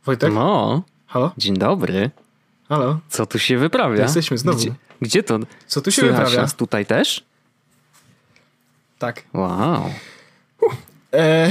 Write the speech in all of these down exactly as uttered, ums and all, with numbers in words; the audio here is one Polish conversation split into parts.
Wojtek? No, halo? Dzień dobry. Halo? Co tu się wyprawia? Jesteśmy znowu. Gdzie, gdzie to? Co tu się Słychać wyprawia? nas tutaj też? Tak. Wow. E,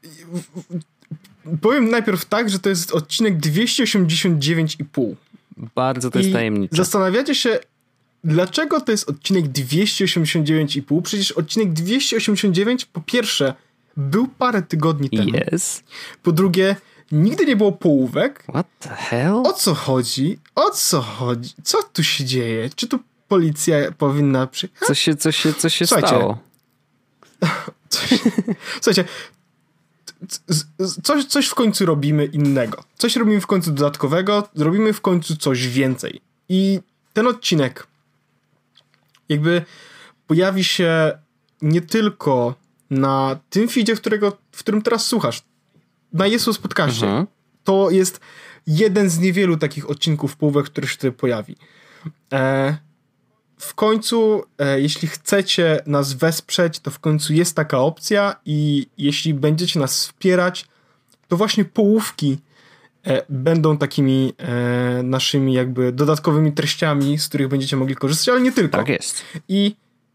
powiem najpierw tak, że to jest odcinek dwieście osiemdziesiąt dziewięć i pół. Bardzo to jest I tajemnicze. Zastanawiacie się, dlaczego to jest odcinek dwieście osiemdziesiąt dziewięć i pół? Przecież odcinek dwieście osiemdziesiąt dziewięć po pierwsze był parę tygodni temu. Yes. Po drugie, nigdy nie było połówek. What the hell? O co chodzi? O co chodzi? Co tu się dzieje? Czy tu policja powinna przyjechać? Co się, co się, co się Słuchajcie. stało? Coś, słuchajcie, c- c- coś, coś w końcu robimy innego. Coś robimy w końcu dodatkowego, zrobimy w końcu coś więcej. I ten odcinek jakby pojawi się nie tylko na tym feedzie, którego, w którym teraz słuchasz, na Jesus Podcaście. Mhm. To jest jeden z niewielu takich odcinków połówek, który się tutaj pojawi. E, w końcu, e, jeśli chcecie nas wesprzeć, to w końcu jest taka opcja i jeśli będziecie nas wspierać, to właśnie połówki e, będą takimi e, naszymi jakby dodatkowymi treściami, z których będziecie mogli korzystać, ale nie tylko. Tak jest. I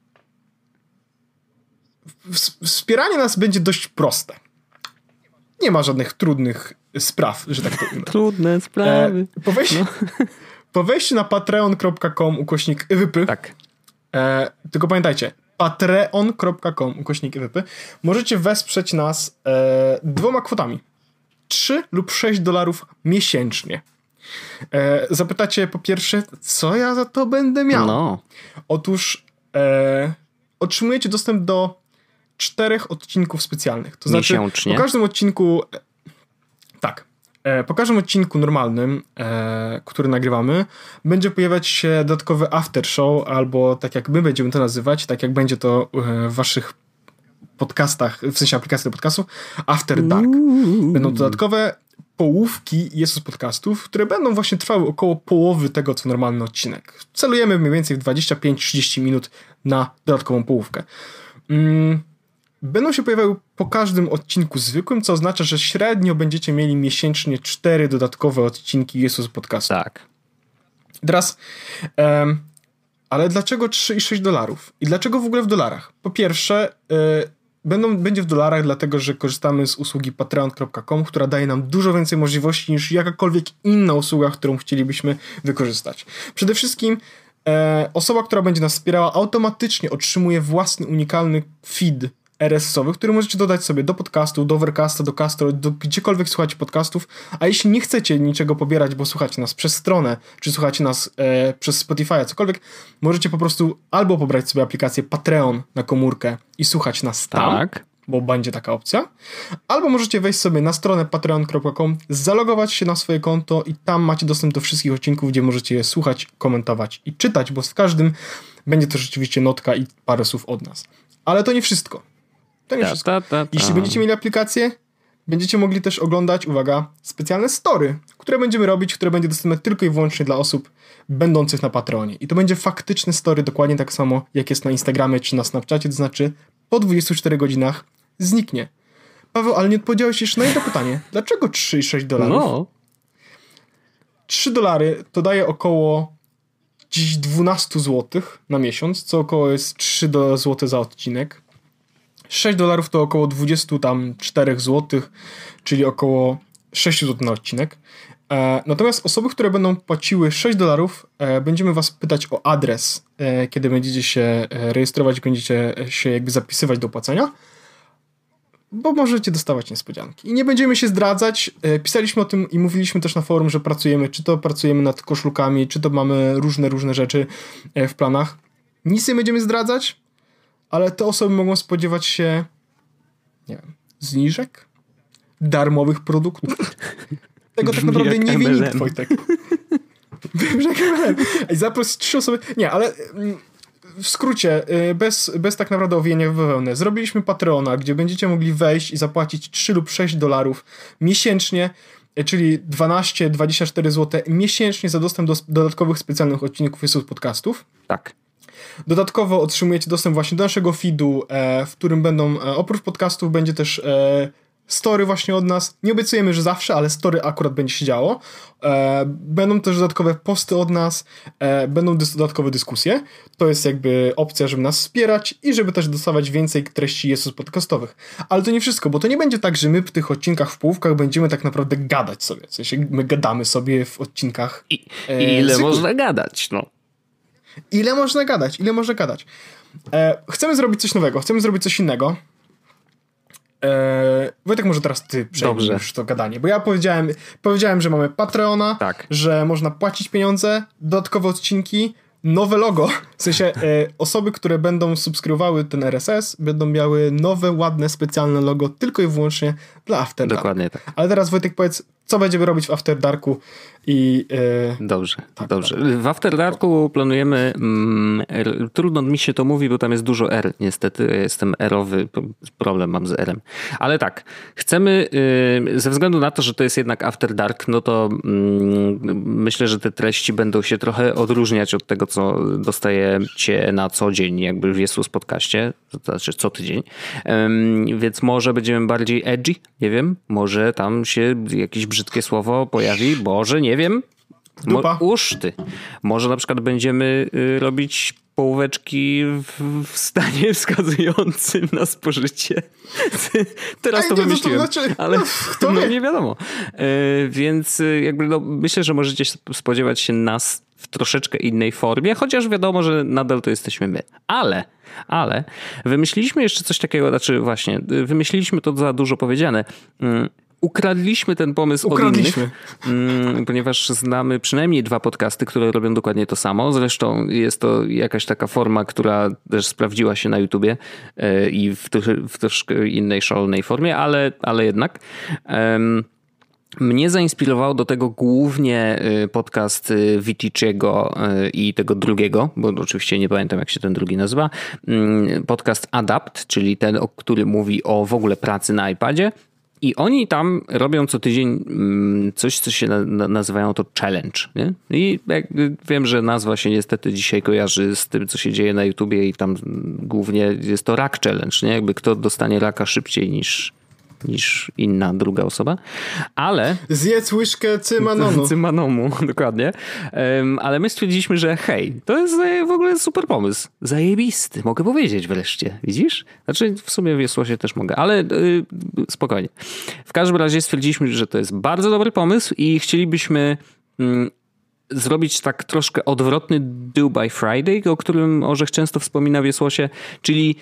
w- wspieranie nas będzie dość proste. Nie ma żadnych trudnych spraw, że tak to ujmę. Trudne sprawy. E, po, wejściu, No. po wejściu na patreon kropka com ukośnik ewypy, Tak. e, tylko pamiętajcie, patreon kropka com ukośnik ewypy, możecie wesprzeć nas e, dwoma kwotami. trzy lub sześć dolarów miesięcznie. E, zapytacie po pierwsze, co ja za to będę miał? No. Otóż e, otrzymujecie dostęp do czterech odcinków specjalnych. To znaczy, Miesięcznie? po każdym odcinku e, tak, e, po każdym odcinku normalnym, e, który nagrywamy, będzie pojawiać się dodatkowy after show, albo tak jak my będziemy to nazywać, tak jak będzie to e, w waszych podcastach, w sensie aplikacji do podcastu, After Dark. Będą dodatkowe połówki Jesus podcastów, które będą właśnie trwały około połowy tego, co normalny odcinek. Celujemy mniej więcej w dwadzieścia pięć trzydzieści minut na dodatkową połówkę. Mm, będą się pojawiały po każdym odcinku zwykłym, co oznacza, że średnio będziecie mieli miesięcznie cztery dodatkowe odcinki Jesus podcastu. Tak. Teraz, em, ale dlaczego trzy i sześć dolarów? I dlaczego w ogóle w dolarach? Po pierwsze, y, będą, będzie w dolarach, dlatego że korzystamy z usługi patreon kropka com, która daje nam dużo więcej możliwości niż jakakolwiek inna usługa, którą chcielibyśmy wykorzystać. Przede wszystkim e, osoba, która będzie nas wspierała, automatycznie otrzymuje własny unikalny feed er es esowy, który możecie dodać sobie do podcastu, do Overcasta, do Castro, do gdziekolwiek słuchacie podcastów, a jeśli nie chcecie niczego pobierać, bo słuchacie nas przez stronę, czy słuchacie nas e, przez Spotify'a, cokolwiek, możecie po prostu albo pobrać sobie aplikację Patreon na komórkę i słuchać nas tam, Tak. bo będzie taka opcja, albo możecie wejść sobie na stronę patreon kropka com, zalogować się na swoje konto i tam macie dostęp do wszystkich odcinków, gdzie możecie je słuchać, komentować i czytać, bo w każdym będzie to rzeczywiście notka i parę słów od nas. Ale to nie wszystko. To nie Ta, wszystko. ta, ta, ta. Jeśli będziecie mieli aplikację, będziecie mogli też oglądać, uwaga, specjalne story, które będziemy robić, które będzie dostępne tylko i wyłącznie dla osób będących na Patreonie. I to będzie faktyczne story, dokładnie tak samo, jak jest na Instagramie czy na Snapchacie, to znaczy po dwudziestu czterech godzinach zniknie. Paweł, ale nie odpowiedziałeś jeszcze na jedno pytanie. Dlaczego trzy i sześć dolarów? No. trzy dolary to daje około dziś dwanaście złotych na miesiąc, co około jest trzy złote za odcinek. sześć dolarów to około dwadzieścia cztery złotych, czyli około sześć złotych na odcinek. E, natomiast osoby, które będą płaciły sześć dolarów, e, będziemy was pytać o adres, e, kiedy będziecie się e, rejestrować, będziecie się jakby zapisywać do płacenia, bo możecie dostawać niespodzianki. I nie będziemy się zdradzać. E, pisaliśmy o tym i mówiliśmy też na forum, że pracujemy, czy to pracujemy nad koszulkami, czy to mamy różne, różne rzeczy e, w planach. Nic nie będziemy zdradzać, ale te osoby mogą spodziewać się, nie wiem, zniżek, darmowych produktów. Tego tak naprawdę nie wie nikt, Wojtek. Wiem, że jak em el em. Ej, zaprosić trzy osoby. Nie, ale mm, w skrócie, y, bez, bez tak naprawdę owijania w bawełnę. Zrobiliśmy Patreona, gdzie będziecie mogli wejść i zapłacić trzy lub sześć dolarów miesięcznie, y, czyli dwanaście dwadzieścia cztery złote miesięcznie za dostęp do dodatkowych specjalnych odcinków Jesus podcastów. Tak. Dodatkowo otrzymujecie dostęp właśnie do naszego feedu, e, w którym będą, e, oprócz podcastów, będzie też e, story właśnie od nas. Nie obiecujemy, że zawsze, ale story akurat będzie się działo. E, będą też dodatkowe posty od nas, e, będą dys- dodatkowe dyskusje. To jest jakby opcja, żeby nas wspierać i żeby też dostawać więcej treści Jesus podcastowych. Ale to nie wszystko, bo to nie będzie tak, że my w tych odcinkach, w połówkach będziemy tak naprawdę gadać sobie. W sensie my gadamy sobie w odcinkach. I, e, i ile zwykłych. można gadać, no. Ile można gadać, ile można gadać. E, chcemy zrobić coś nowego, chcemy zrobić coś innego. E, Wojtek, może teraz ty przejmiesz już to gadanie, bo ja powiedziałem, powiedziałem, że mamy Patreona, Tak. że można płacić pieniądze, dodatkowe odcinki, nowe logo. W sensie e, osoby, które będą subskrybowały ten R S S, będą miały nowe, ładne, specjalne logo tylko i wyłącznie dla After Dark. Dokładnie tak. Ale teraz Wojtek, powiedz, co będziemy robić w After Darku i... E, Dobrze, tak, dobrze. tak. W After Darku planujemy, mm, r, trudno mi się to mówi, bo tam jest dużo R, niestety, ja jestem erowy, problem mam z R-em. Ale tak, chcemy, y, ze względu na to, że to jest jednak After Dark, no to mm, myślę, że te treści będą się trochę odróżniać od tego, co dostajecie na co dzień, jakby w Jesus podcaście, to znaczy co tydzień. Ym, więc może będziemy bardziej edgy, nie wiem, może tam się jakieś brzydkie słowo pojawi, może nie wiem. Dupa. Mo- uż ty. Może na przykład będziemy y, robić połóweczki w, w stanie wskazującym na spożycie. Teraz Ej, to nie, to wymyśliłem, to znaczy, ale no, kto no, wie? nie wiadomo. Y, więc y, jakby no, myślę, że możecie spodziewać się nas w troszeczkę innej formie, chociaż wiadomo, że nadal to jesteśmy my. Ale, ale wymyśliliśmy jeszcze coś takiego, znaczy właśnie, y, wymyśliliśmy to za dużo powiedziane. Y, Ukradliśmy ten pomysł Ukradliśmy. od innych, mm, ponieważ znamy przynajmniej dwa podcasty, które robią dokładnie to samo. Zresztą jest to jakaś taka forma, która też sprawdziła się na YouTubie yy, i w, trosz- w troszkę innej, szalonej formie, ale, ale jednak. Ym, Mnie zainspirował do tego głównie y, podcast y, Viticiego y, i tego drugiego, bo oczywiście nie pamiętam, jak się ten drugi nazywa. Y, Podcast Adapt, czyli ten, o który mówi o w ogóle pracy na iPadzie. I oni tam robią co tydzień mm, coś, co się na, na, nazywają to challenge. Nie? I jakby wiem, że nazwa się niestety dzisiaj kojarzy z tym, co się dzieje na YouTubie i tam głównie jest to rak challenge. Nie? Jakby kto dostanie raka szybciej niż, niż inna druga osoba. Ale... Zjedz łyżkę cymanonu. Cymanomu, dokładnie. Um, ale my stwierdziliśmy, że hej, to jest w ogóle super pomysł. Zajebisty, mogę powiedzieć wreszcie. Widzisz? Znaczy w sumie w Jesłosie też mogę, ale yy, spokojnie. W każdym razie stwierdziliśmy, że to jest bardzo dobry pomysł i chcielibyśmy... Yy, zrobić tak troszkę odwrotny Do by Friday, o którym Orzech często wspomina w Jesłosie, czyli...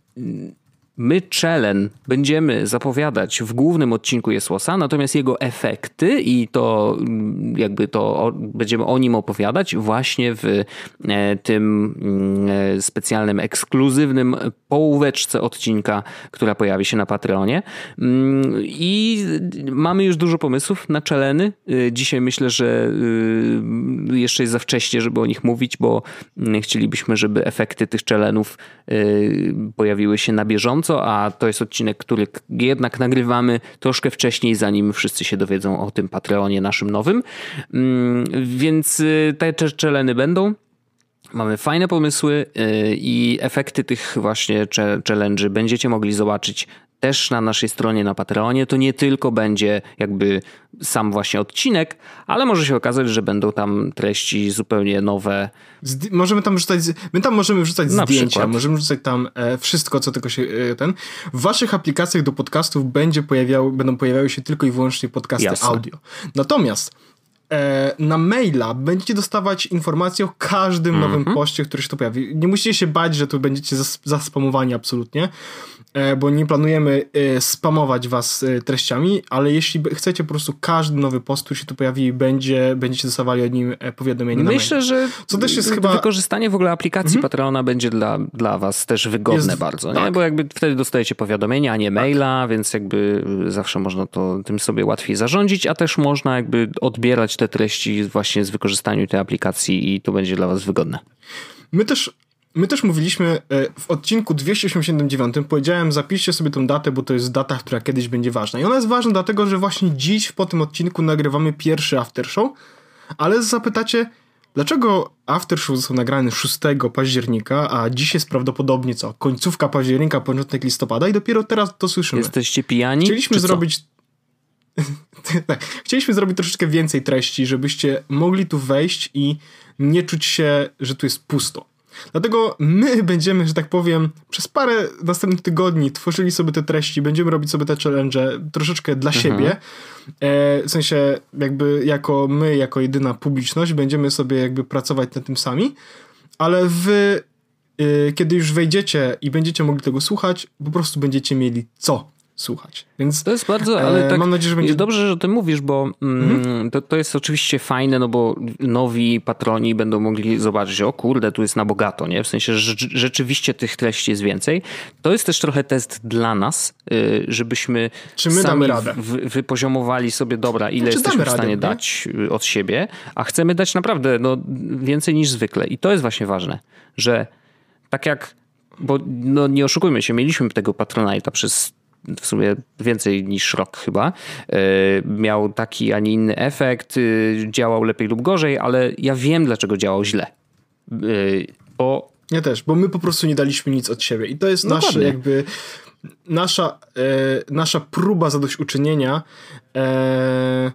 My Chelen będziemy zapowiadać w głównym odcinku Jesłosa, natomiast jego efekty i to jakby to o, będziemy o nim opowiadać właśnie w e, tym e, specjalnym, ekskluzywnym połóweczce odcinka, która pojawi się na Patreonie. Mm, I mamy już dużo pomysłów na Cheleny. E, dzisiaj myślę, że e, jeszcze jest za wcześnie, żeby o nich mówić, bo e, chcielibyśmy, żeby efekty tych Chelenów e, pojawiły się na bieżąco, a to jest odcinek, który jednak nagrywamy troszkę wcześniej, zanim wszyscy się dowiedzą o tym Patreonie naszym nowym. Więc te challenge'y będą. Mamy fajne pomysły i efekty tych właśnie challenge'y będziecie mogli zobaczyć też na naszej stronie na Patreonie. To nie tylko będzie jakby sam właśnie odcinek, ale może się okazać, że będą tam treści zupełnie nowe. Zd- możemy tam wrzucać, my tam możemy wrzucać Na zdjęcia, przykład. możemy wrzucać tam e, wszystko, co tylko się e, ten. W waszych aplikacjach do podcastów będzie pojawiały, będą pojawiały się tylko i wyłącznie podcasty Jasne. audio. Natomiast e, na maila będziecie dostawać informacje o każdym mm-hmm. nowym poście, który się tu pojawi. Nie musicie się bać, że tu będziecie zas- zaspamowani absolutnie, e, bo nie planujemy e, spamować was e, treściami, ale jeśli be- chcecie po prostu każdy nowy post, który się tu pojawi, będzie, będziecie dostawali o nim e, powiadomienie na Myślę, maila. że Co też jest chyba... wykorzystanie w ogóle aplikacji mhm. Patreona będzie dla, dla was też wygodne Jest- bardzo, tak. nie? Bo jakby wtedy dostajecie powiadomienia, a nie maila, więc jakby zawsze można to tym sobie łatwiej zarządzić, a też można jakby odbierać te treści właśnie z wykorzystaniem tej aplikacji i to będzie dla was wygodne. My też, my też mówiliśmy e, w odcinku dwieście osiemdziesiątym dziewiątym, powiedziałem, zapiszcie sobie tą datę, bo to jest data, która kiedyś będzie ważna. I ona jest ważna dlatego, że właśnie dziś po tym odcinku nagrywamy pierwszy after show, ale zapytacie, dlaczego Aftershow został nagrany szóstego października, a dziś jest prawdopodobnie co? Końcówka października, początek listopada i dopiero teraz to słyszymy. Jesteście pijani? Chcieliśmy zrobić... tak, chcieliśmy zrobić troszeczkę więcej treści, żebyście mogli tu wejść i nie czuć się, że tu jest pusto. Dlatego my będziemy, że tak powiem, przez parę następnych tygodni tworzyli sobie te treści, będziemy robić sobie te challenge troszeczkę dla mhm. siebie. E, w sensie jakby jako my, jako jedyna publiczność będziemy sobie jakby pracować nad tym sami, ale wy, e, kiedy już wejdziecie i będziecie mogli tego słuchać, po prostu będziecie mieli co słuchać. Więc to jest bardzo, ale tak, mam nadzieję, że będzie... dobrze, że o tym mówisz, bo mm, mhm. to, to jest oczywiście fajne, no bo nowi patroni będą mogli zobaczyć, o kurde, tu jest na bogato, nie? W sensie, że rzeczywiście tych treści jest więcej. To jest też trochę test dla nas, żebyśmy Czy my sami damy radę? W, wypoziomowali sobie, dobra, ile Czy jesteśmy w stanie radę, dać nie? od siebie, a chcemy dać naprawdę no, więcej niż zwykle. I to jest właśnie ważne, że tak jak, bo no, nie oszukujmy się, mieliśmy tego Patronite'a przez w sumie więcej niż rok chyba. Miał taki, a nie inny efekt, działał lepiej lub gorzej, ale ja wiem, dlaczego działał źle. Bo... Ja też, bo my po prostu nie daliśmy nic od siebie i to jest nasze jakby nasza, e, nasza próba zadośćuczynienia e,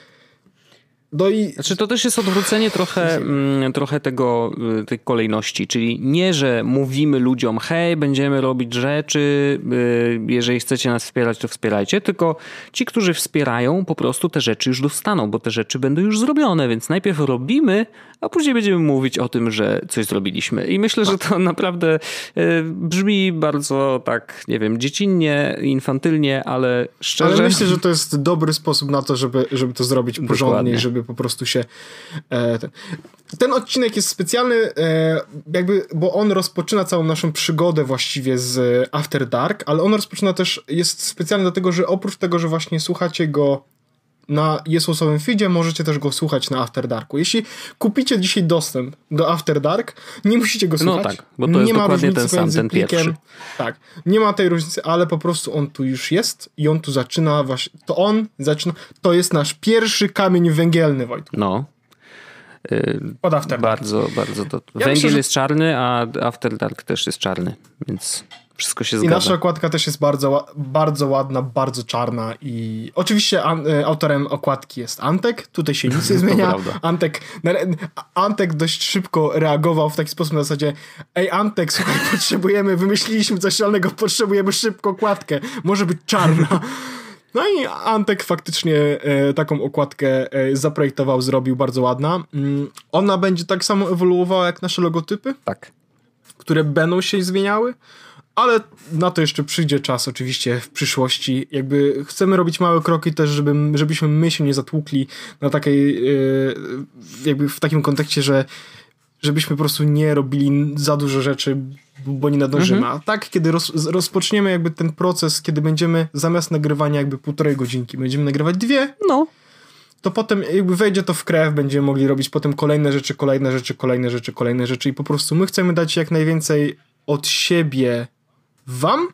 No i... Znaczy to też jest odwrócenie trochę, trochę tego, tej kolejności, czyli nie, że mówimy ludziom, hej, będziemy robić rzeczy, jeżeli chcecie nas wspierać, to wspierajcie, tylko ci, którzy wspierają, po prostu te rzeczy już dostaną, bo te rzeczy będą już zrobione, więc najpierw robimy, a później będziemy mówić o tym, że coś zrobiliśmy. I myślę, że to naprawdę brzmi bardzo tak, nie wiem, dziecinnie, infantylnie, ale szczerze... Ale myślę, że to jest dobry sposób na to, żeby, żeby to zrobić porządnie, Dokładnie. żeby po prostu się... E, ten. ten odcinek jest specjalny, e, jakby, bo on rozpoczyna całą naszą przygodę właściwie z After Dark, ale on rozpoczyna też, jest specjalny dlatego, że oprócz tego, że właśnie słuchacie go na Jesusowym feedzie, możecie też go słuchać na After Darku. Jeśli kupicie dzisiaj dostęp do After Dark, nie musicie go słuchać. No tak, bo to jest nie ma dokładnie różnicy ten sam, ten plikiem. pierwszy. Tak, nie ma tej różnicy, ale po prostu on tu już jest i on tu zaczyna właśnie, to on zaczyna, to jest nasz pierwszy kamień węgielny, Wojtku. No. Od After Dark. Bardzo, bardzo. To... Ja Węgiel myślę, że... jest czarny, a After Dark też jest czarny, więc... Wszystko się I zgadza. nasza okładka też jest bardzo, bardzo ładna, bardzo czarna i oczywiście an, autorem okładki jest Antek, tutaj się nic nie zmienia. Antek, Antek dość szybko reagował w taki sposób na zasadzie, ej Antek, słuchaj, potrzebujemy, wymyśliliśmy coś szalonego, potrzebujemy szybko okładkę, może być czarna. No i Antek faktycznie e, taką okładkę e, zaprojektował, zrobił, bardzo ładna. Mm, ona będzie tak samo ewoluowała jak nasze logotypy, tak. które będą się zmieniały. Ale na to jeszcze przyjdzie czas oczywiście w przyszłości. Jakby chcemy robić małe kroki też, żeby, żebyśmy my się nie zatłukli na takiej, yy, jakby w takim kontekście, że żebyśmy po prostu nie robili za dużo rzeczy, bo nie nadążymy. Mhm. A tak, kiedy roz, rozpoczniemy jakby ten proces, kiedy będziemy zamiast nagrywania jakby półtorej godzinki, będziemy nagrywać dwie, no. to potem jakby wejdzie to w krew, będziemy mogli robić potem kolejne rzeczy, kolejne rzeczy, kolejne rzeczy, kolejne rzeczy i po prostu my chcemy dać jak najwięcej od siebie wam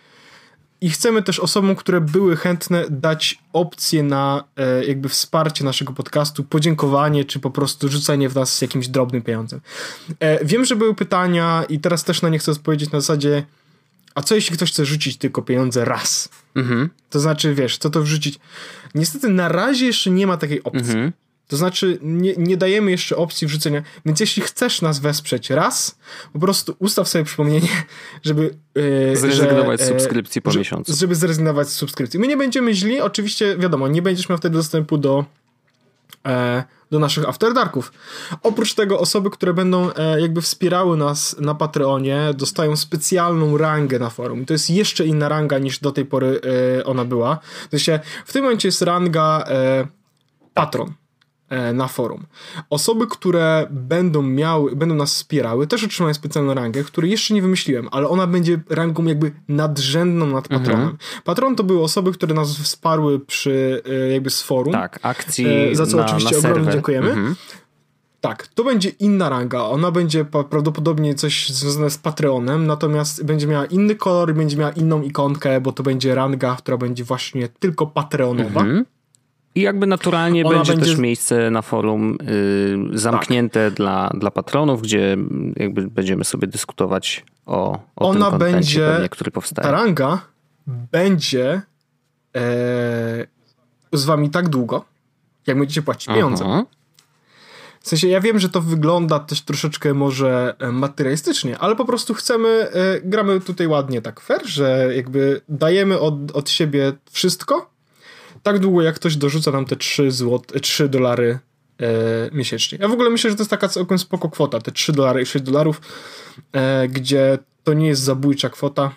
i chcemy też osobom, które były chętne, dać opcję na e, jakby wsparcie naszego podcastu, podziękowanie, czy po prostu rzucenie w nas jakimś drobnym pieniądzem. E, wiem, że były pytania i teraz też na nie chcę odpowiedzieć na zasadzie, a co jeśli ktoś chce rzucić tylko pieniądze raz? Mhm. To znaczy, wiesz, co to wrzucić? Niestety na razie jeszcze nie ma takiej opcji. Mhm. To znaczy nie, nie dajemy jeszcze opcji wrzucenia, więc jeśli chcesz nas wesprzeć raz, po prostu ustaw sobie przypomnienie, żeby e, zrezygnować że, z subskrypcji po że, miesiącu. Żeby zrezygnować z subskrypcji. My nie będziemy źli, oczywiście wiadomo, nie będziesz miał wtedy dostępu do e, do naszych After Darków. Oprócz tego osoby, które będą e, jakby wspierały nas na Patreonie, dostają specjalną rangę na forum. I to jest jeszcze inna ranga niż do tej pory e, ona była. To się, w tym momencie jest ranga e, patron na forum. Osoby, które będą miały, będą nas wspierały, też otrzymają specjalną rangę, której jeszcze nie wymyśliłem, ale ona będzie rangą jakby nadrzędną nad patronem. Mhm. Patron to były osoby, które nas wsparły przy jakby z forum. Tak, akcji za co na, oczywiście na ogromnie serwer. dziękujemy. Mhm. Tak, to będzie inna ranga. Ona będzie prawdopodobnie coś związane z Patreonem, natomiast będzie miała inny kolor i będzie miała inną ikonkę, bo to będzie ranga, która będzie właśnie tylko patreonowa. Mhm. I jakby naturalnie będzie, będzie też miejsce na forum yy, zamknięte tak. dla, dla patronów, gdzie jakby będziemy sobie dyskutować o, o Ona tym kontencie, będzie, pewnie, który powstaje. Ta ranga będzie e, z wami tak długo, jak będziecie płacić pieniądze. Aha. W sensie ja wiem, że to wygląda też troszeczkę może materialistycznie, ale po prostu chcemy, e, gramy tutaj ładnie tak fair, że jakby dajemy od, od siebie wszystko, tak długo jak ktoś dorzuca nam te trzy złote, trzy dolary e, miesięcznie. Ja w ogóle myślę, że to jest taka całkiem spoko kwota, te trzy dolary i sześć dolarów, e, gdzie to nie jest zabójcza kwota.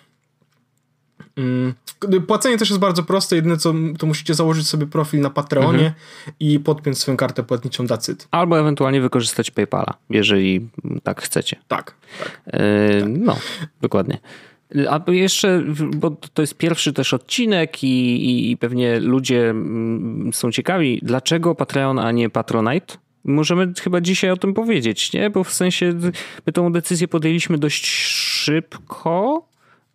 Mm. Płacenie też jest bardzo proste, jedyne co to musicie założyć sobie profil na Patreonie mhm. i podpiąć swoją kartę płatniczą Dacyt. Albo ewentualnie wykorzystać PayPala, jeżeli tak chcecie. Tak. tak. Yy, tak. No, dokładnie. A jeszcze, bo to jest pierwszy też odcinek i, i pewnie ludzie są ciekawi, dlaczego Patreon, a nie Patronite? Możemy chyba dzisiaj o tym powiedzieć, nie? Bo w sensie my tą decyzję podjęliśmy dość szybko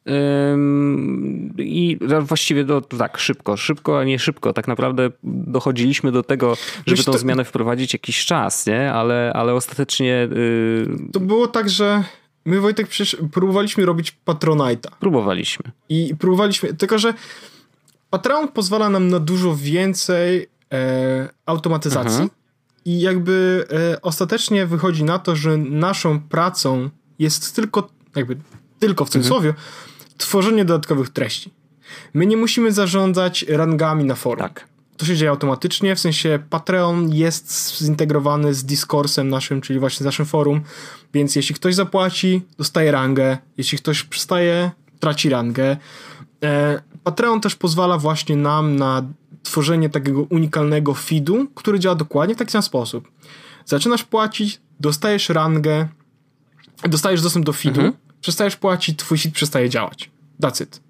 ym, i właściwie do, tak, szybko, szybko, a nie szybko. Tak naprawdę dochodziliśmy do tego, żeby Wiesz, tą to... zmianę wprowadzić jakiś czas, nie? Ale, ale ostatecznie... Yy... To było tak, że my, Wojtek, przecież próbowaliśmy robić Patronite'a. Próbowaliśmy. I próbowaliśmy, tylko że Patreon pozwala nam na dużo więcej e, automatyzacji mhm. i jakby e, ostatecznie wychodzi na to, że naszą pracą jest tylko, jakby tylko w cudzysłowie, mhm. tworzenie dodatkowych treści. My nie musimy zarządzać rangami na forum. Tak. To się dzieje automatycznie, w sensie Patreon jest zintegrowany z Discoursem naszym, czyli właśnie z naszym forum, więc jeśli ktoś zapłaci, dostaje rangę, jeśli ktoś przestaje, traci rangę. E, Patreon też pozwala właśnie nam na tworzenie takiego unikalnego feedu, który działa dokładnie w taki sam sposób. Zaczynasz płacić, dostajesz rangę, dostajesz dostęp do feedu, mhm. przestajesz płacić, twój feed przestaje działać. That's it.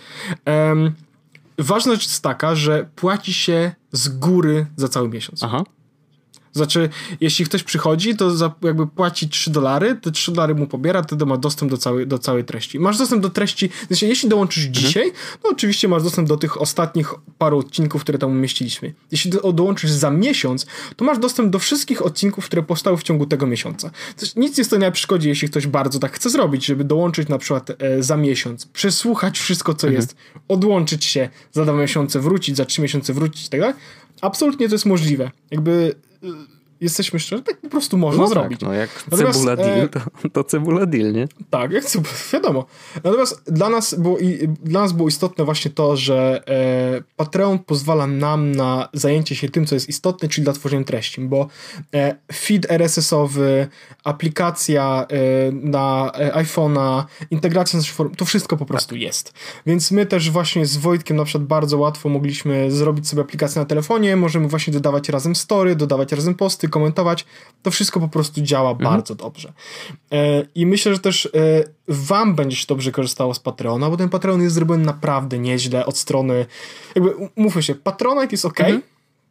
Um, Ważna rzecz jest taka, że płaci się z góry za cały miesiąc. Aha. Znaczy, jeśli ktoś przychodzi, to za, jakby płaci trzy dolary, te trzy dolary mu pobiera, wtedy ma dostęp do całej, do całej treści. Masz dostęp do treści, znaczy, jeśli dołączysz mhm. dzisiaj, no oczywiście masz dostęp do tych ostatnich paru odcinków, które tam umieściliśmy. Jeśli do, dołączysz za miesiąc, to masz dostęp do wszystkich odcinków, które powstały w ciągu tego miesiąca. Coś, nic nie stoi na przeszkodzie, jeśli ktoś bardzo tak chce zrobić, żeby dołączyć na przykład e, za miesiąc, przesłuchać wszystko, co mhm. jest, odłączyć się, za dwa miesiące wrócić, za trzy miesiące wrócić i tak dalej. Absolutnie to jest możliwe. Jakby jesteśmy szczerzy, tak po prostu można no zrobić. Tak, no jak Natomiast, cebula deal, to, to cebula deal, nie? Tak, jak cebula, wiadomo. Natomiast dla nas było, i, dla nas było istotne właśnie to, że e, Patreon pozwala nam na zajęcie się tym, co jest istotne, czyli dla tworzenia treści, bo e, feed R S S-owy, aplikacja e, na e, iPhone'a, integracja z naszym forum, to wszystko po prostu tak. jest. Więc my też właśnie z Wojtkiem na przykład bardzo łatwo mogliśmy zrobić sobie aplikację na telefonie, możemy właśnie dodawać razem story, dodawać razem posty, komentować. To wszystko po prostu działa mhm. bardzo dobrze. E, I myślę, że też e, wam będzie się dobrze korzystało z Patreona, bo ten Patreon jest zrobiony naprawdę nieźle od strony, jakby mówmy się, Patronite jest ok, mhm.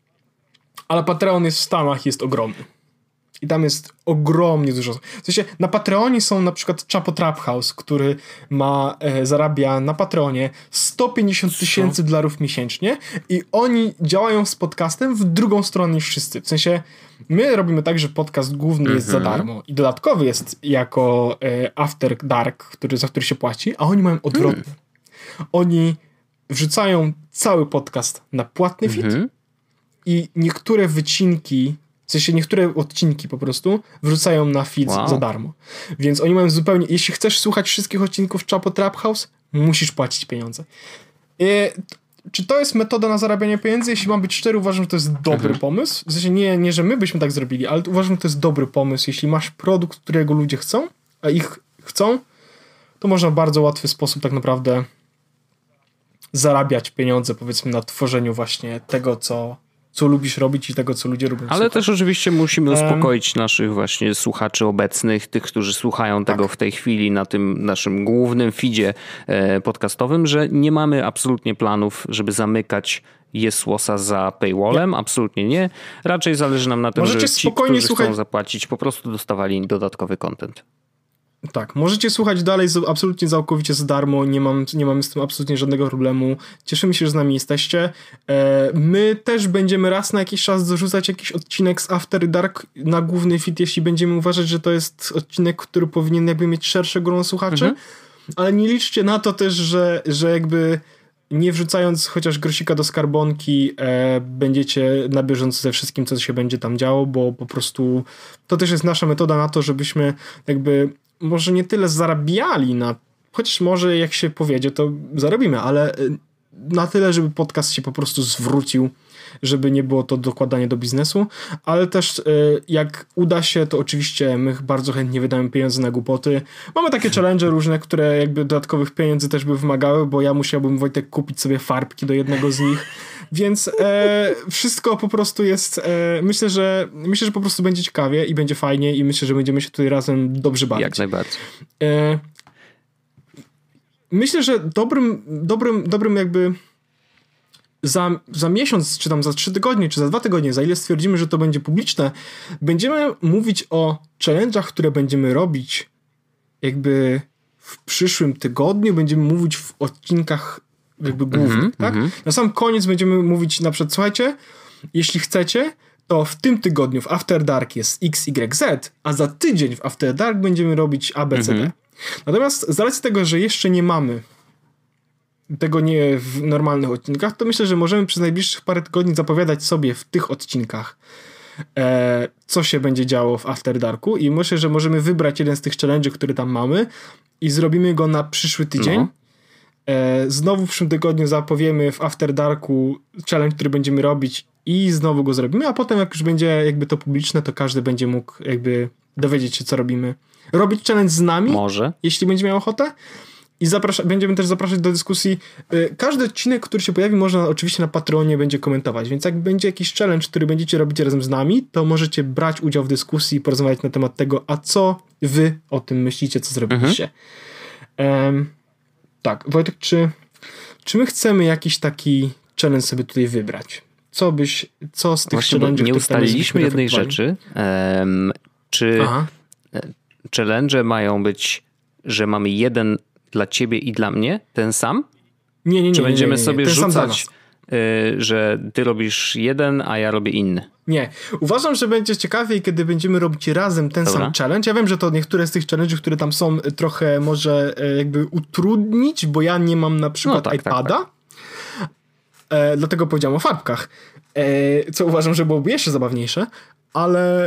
ale Patreon jest w Stanach jest ogromny. I tam jest ogromnie dużo. W sensie na Patreonie są na przykład Chapo Trap House, który ma, e, zarabia na Patronie sto pięćdziesiąt tysięcy dolarów miesięcznie i oni działają z podcastem w drugą stronę niż wszyscy. W sensie my robimy tak, że podcast główny mm-hmm. jest za darmo i dodatkowy jest jako e, After Dark, który, za który się płaci, a oni mają odwrotnie. Mm. Oni wrzucają cały podcast na płatny feed mm-hmm. i niektóre wycinki, w sensie niektóre odcinki po prostu wrzucają na feed wow. za darmo. Więc oni mają zupełnie... Jeśli chcesz słuchać wszystkich odcinków Chapo Trap House, musisz płacić pieniądze. I, czy to jest metoda na zarabianie pieniędzy? Jeśli mam być szczery, uważam, że to jest dobry mhm. pomysł. W sensie nie, nie, że my byśmy tak zrobili, ale uważam, że to jest dobry pomysł. Jeśli masz produkt, którego ludzie chcą, a ich chcą, to można w bardzo łatwy sposób tak naprawdę zarabiać pieniądze, powiedzmy, na tworzeniu właśnie tego, co co lubisz robić i tego, co ludzie lubią Ale słuchać. też oczywiście musimy uspokoić um, naszych właśnie słuchaczy obecnych, tych, którzy słuchają tego tak. w tej chwili na tym naszym głównym feedzie podcastowym, że nie mamy absolutnie planów, żeby zamykać Jesłosa za paywallem. Nie. Absolutnie nie. Raczej zależy nam na tym, Możecie że ci, spokojnie którzy słuchać... chcą zapłacić, po prostu dostawali dodatkowy content. Tak, możecie słuchać dalej absolutnie całkowicie za darmo, nie mam, nie mam z tym absolutnie żadnego problemu. Cieszymy się, że z nami jesteście. My też będziemy raz na jakiś czas dorzucać jakiś odcinek z After Dark na główny feed, jeśli będziemy uważać, że to jest odcinek, który powinien jakby mieć szersze grono słuchaczy, mhm. ale nie liczcie na to też, że, że jakby nie wrzucając chociaż grosika do skarbonki e, będziecie na bieżąco ze wszystkim, co się będzie tam działo, bo po prostu to też jest nasza metoda na to, żebyśmy jakby może nie tyle zarabiali na, chociaż może jak się powiedzie, to zarobimy, ale na tyle, żeby podcast się po prostu zwrócił, żeby nie było to dokładanie do biznesu, ale też jak uda się, to oczywiście my bardzo chętnie wydamy pieniądze na głupoty. Mamy takie challenge różne, które jakby dodatkowych pieniędzy też by wymagały, bo ja musiałbym, Wojtek, kupić sobie farbki do jednego z nich, więc e, wszystko po prostu jest, e, myślę, że myślę, że po prostu będzie ciekawie i będzie fajnie i myślę, że będziemy się tutaj razem dobrze bawić. Jak najbardziej. E, myślę, że dobrym, dobrym, dobrym jakby Za, za miesiąc, czy tam za trzy tygodnie, czy za dwa tygodnie, za ile stwierdzimy, że to będzie publiczne, będziemy mówić o challenge'ach, które będziemy robić jakby w przyszłym tygodniu, będziemy mówić w odcinkach jakby głównych, mm-hmm, tak? Mm-hmm. Na sam koniec będziemy mówić na przykład, słuchajcie, jeśli chcecie, to w tym tygodniu w After Dark jest X Y Z, a za tydzień w After Dark będziemy robić A B C D. Mm-hmm. Natomiast z racji tego, że jeszcze nie mamy tego nie w normalnych odcinkach, to myślę, że możemy przez najbliższych parę tygodni zapowiadać sobie w tych odcinkach e, co się będzie działo w After Darku i myślę, że możemy wybrać jeden z tych challenge'ów, który tam mamy i zrobimy go na przyszły tydzień. No. E, znowu w przyszłym tygodniu zapowiemy w After Darku challenge, który będziemy robić i znowu go zrobimy, a potem jak już będzie jakby to publiczne, to każdy będzie mógł jakby dowiedzieć się, co robimy. Robić challenge z nami, może, jeśli będzie miał ochotę. I zaprasza, będziemy też zapraszać do dyskusji. Każdy odcinek, który się pojawi, można oczywiście na Patreonie będzie komentować, więc jak będzie jakiś challenge, który będziecie robić razem z nami, to możecie brać udział w dyskusji i porozmawiać na temat tego, a co wy o tym myślicie, co zrobiliście. Mhm. Um, tak, Wojtek, czy, czy my chcemy jakiś taki challenge sobie tutaj wybrać? Co byś, co z tych Właśnie, challenge'ów... Nie ustaliliśmy jednej rzeczy. Um, czy Aha. challenge mają być, że mamy jeden dla ciebie i dla mnie, ten sam? Nie, nie, nie. Czy będziemy nie, nie, nie. sobie ten rzucać, y, że ty robisz jeden, a ja robię inny? Nie. Uważam, że będzie ciekawiej, kiedy będziemy robić razem ten Dobra. sam challenge. Ja wiem, że to niektóre z tych challenge'ów, które tam są, trochę może jakby utrudnić, bo ja nie mam na przykład no tak, iPada. Tak, tak. E, dlatego powiedziałem o farbkach. E, co uważam, że byłoby jeszcze zabawniejsze. Ale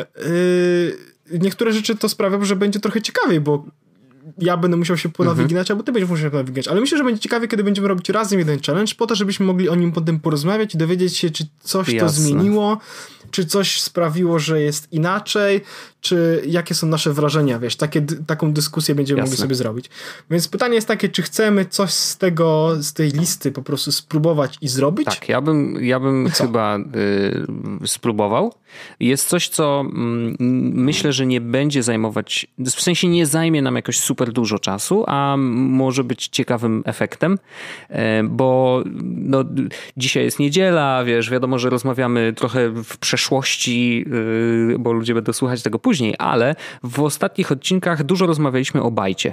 e, niektóre rzeczy to sprawia, że będzie trochę ciekawiej, bo ja będę musiał się ponawyginać, mhm. albo ty będziesz musiał się ponawyginać. Ale myślę, że będzie ciekawie, kiedy będziemy robić razem jeden challenge, po to, żebyśmy mogli o nim potem porozmawiać i dowiedzieć się, czy coś Jasne. to zmieniło, czy coś sprawiło, że jest inaczej, czy jakie są nasze wrażenia, wiesz, takie, taką dyskusję będziemy Jasne. mogli sobie zrobić. Więc pytanie jest takie, czy chcemy coś z tego, z tej listy po prostu spróbować i zrobić? Tak, ja bym, ja bym chyba y, spróbował. Jest coś, co mm, myślę, że nie będzie zajmować, w sensie nie zajmie nam jakoś super dużo czasu, a może być ciekawym efektem, y, bo no, dzisiaj jest niedziela, wiesz, wiadomo, że rozmawiamy trochę w przeszłości, y, bo ludzie będą słuchać tego później, ale w ostatnich odcinkach dużo rozmawialiśmy o bajcie.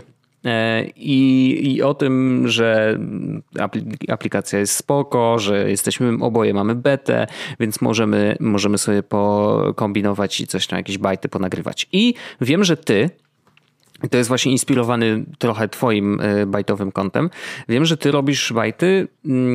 I, I o tym, że aplikacja jest spoko, że jesteśmy oboje mamy betę, więc możemy, możemy sobie pokombinować i coś tam, jakieś bajty ponagrywać. I wiem, że ty, to jest właśnie inspirowany trochę twoim bajtowym kontem, wiem, że ty robisz bajty,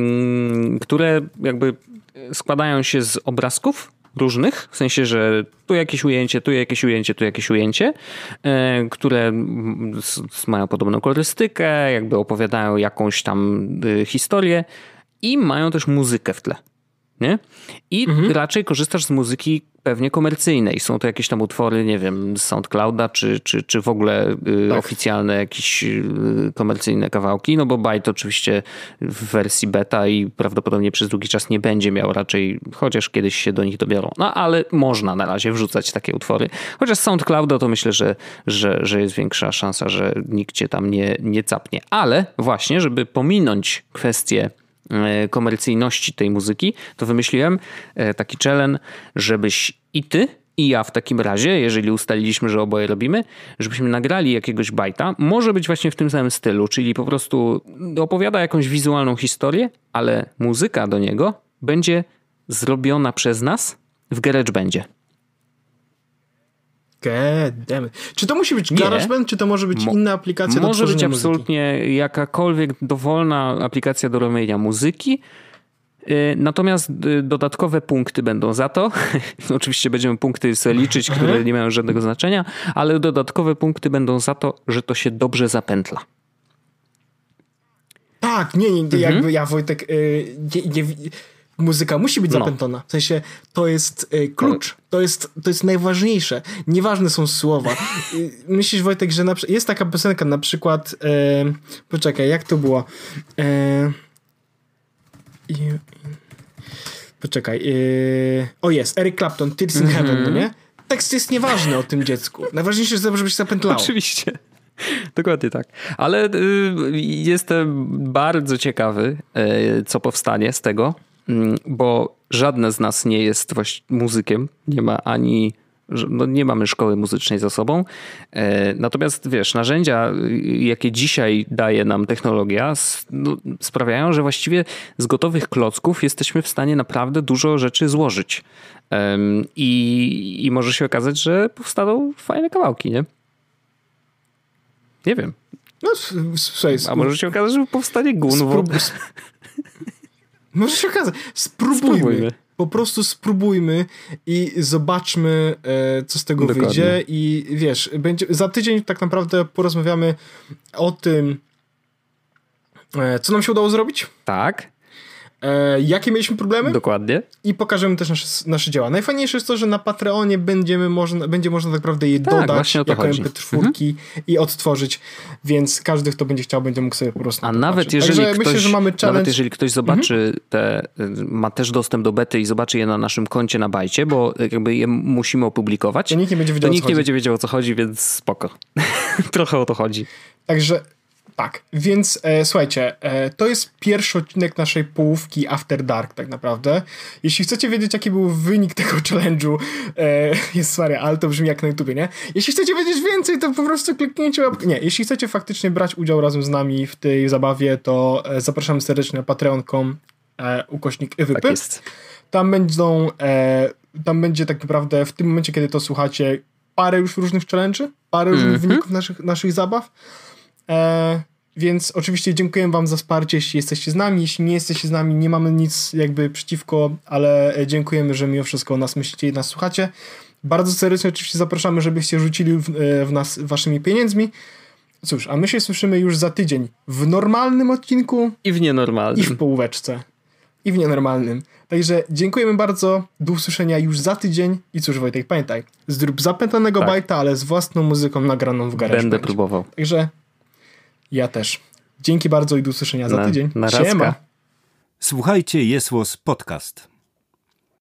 które jakby składają się z obrazków różnych, w sensie, że tu jakieś ujęcie, tu jakieś ujęcie, tu jakieś ujęcie, e, które s- mają podobną kolorystykę, jakby opowiadają jakąś tam y, historię i mają też muzykę w tle. Nie? I mhm. raczej korzystasz z muzyki pewnie komercyjnej. Są to jakieś tam utwory, nie wiem, z SoundClouda, czy, czy, czy w ogóle y, tak. oficjalne jakieś y, komercyjne kawałki, no bo Byte oczywiście w wersji beta i prawdopodobnie przez długi czas nie będzie miał raczej, chociaż kiedyś się do nich dobiorą. No ale można na razie wrzucać takie utwory. Chociaż z SoundClouda to myślę, że, że, że jest większa szansa, że nikt cię tam nie, nie capnie. Ale właśnie, żeby pominąć kwestię komercyjności tej muzyki, to wymyśliłem taki challenge, żebyś i ty, I ja w takim razie, jeżeli ustaliliśmy, że oboje robimy, żebyśmy nagrali jakiegoś bajta, może być właśnie w tym samym stylu, czyli po prostu opowiada jakąś wizualną historię, ale muzyka do niego będzie zrobiona przez nas w GarageBandzie. God damn it. Czy to musi być GarageBand, czy to może być Mo- inna aplikacja do Może być muzyki? absolutnie jakakolwiek dowolna aplikacja do robienia muzyki. Natomiast dodatkowe punkty będą za to. Oczywiście będziemy punkty sobie liczyć, które nie mają żadnego znaczenia, ale dodatkowe punkty będą za to, że to się dobrze zapętla. Tak, nie, nie, mhm. jakby ja Wojtek, yy, nie, nie, muzyka musi być zapętlona. No. W sensie to jest yy, klucz. To jest, to jest najważniejsze. Nieważne są słowa. Yy, myślisz, Wojtek, że na, jest taka piosenka na przykład yy, poczekaj, jak to było? Yy, Poczekaj. Yy... O jest, Eric Clapton, Tears in mm-hmm. Heaven, no nie? Tekst jest nieważny o tym dziecku. Najważniejsze jest, żeby się zapętlało. Oczywiście. Dokładnie tak. Ale y, jestem bardzo ciekawy, y, co powstanie z tego, y, bo żadne z nas nie jest właśnie muzykiem. Nie ma ani... No nie mamy szkoły muzycznej za sobą. Natomiast wiesz, narzędzia, jakie dzisiaj daje nam technologia, no, sprawiają, że właściwie z gotowych klocków jesteśmy w stanie naprawdę dużo rzeczy złożyć. I, i może się okazać, że powstaną fajne kawałki, nie? Nie wiem. No, słuchaj, A może się okazać, że powstanie Gunwo. Sprób- może się okazać. Spróbujmy. Spróbujmy. Po prostu spróbujmy i zobaczmy, e, co z tego Dokładnie. wyjdzie. I wiesz, będzie, za tydzień tak naprawdę porozmawiamy o tym, e, co nam się udało zrobić. Tak. E, jakie mieliśmy problemy. Dokładnie. I pokażemy też nasze, nasze dzieła. Najfajniejsze jest to, że na Patreonie będziemy można, będzie można tak naprawdę je tak, dodać jako chodzi. em pe cztery mhm. i odtworzyć, więc każdy, kto będzie chciał, będzie mógł sobie po prostu A nawet jeżeli, Także ktoś, myślę, że mamy challenge. nawet jeżeli ktoś zobaczy mhm. te, ma też dostęp do bety i zobaczy je na naszym koncie na Bajcie, bo jakby je musimy opublikować, to nikt nie będzie wiedział, to nikt nie będzie wiedział, o co chodzi, więc spoko. Trochę o to chodzi. Także tak, więc e, słuchajcie, e, to jest pierwszy odcinek naszej połówki After Dark tak naprawdę. Jeśli chcecie wiedzieć, jaki był wynik tego challenge'u, e, jest sorry, ale to brzmi jak na YouTubie, nie? Jeśli chcecie wiedzieć więcej, to po prostu kliknijcie łapkę. Nie, jeśli chcecie faktycznie brać udział razem z nami w tej zabawie, to e, zapraszamy serdecznie na patreon kropka com e, ukośnik E V P. Tak jest. Tam będą, e, tam będzie tak naprawdę w tym momencie, kiedy to słuchacie, parę już różnych challenge'y, parę różnych mm-hmm. wyników naszych, naszych zabaw. E, więc oczywiście dziękuję wam za wsparcie, jeśli jesteście z nami. Jeśli nie jesteście z nami, nie mamy nic jakby przeciwko, ale dziękujemy, że mimo wszystko o nas myślicie i nas słuchacie. Bardzo serdecznie oczywiście zapraszamy, żebyście rzucili w, w nas waszymi pieniędzmi. Cóż, a my się słyszymy już za tydzień w normalnym odcinku i w nienormalnym. I w połóweczce. I w nienormalnym. Także dziękujemy bardzo. Do usłyszenia już za tydzień. I cóż, Wojtek, pamiętaj, zrób zapętlanego tak. bajta, ale z własną muzyką nagraną w garażu. Będę próbował. Także ja też. Dzięki bardzo i do usłyszenia za na, tydzień. Na Siema. Słuchajcie, Jest Podcast.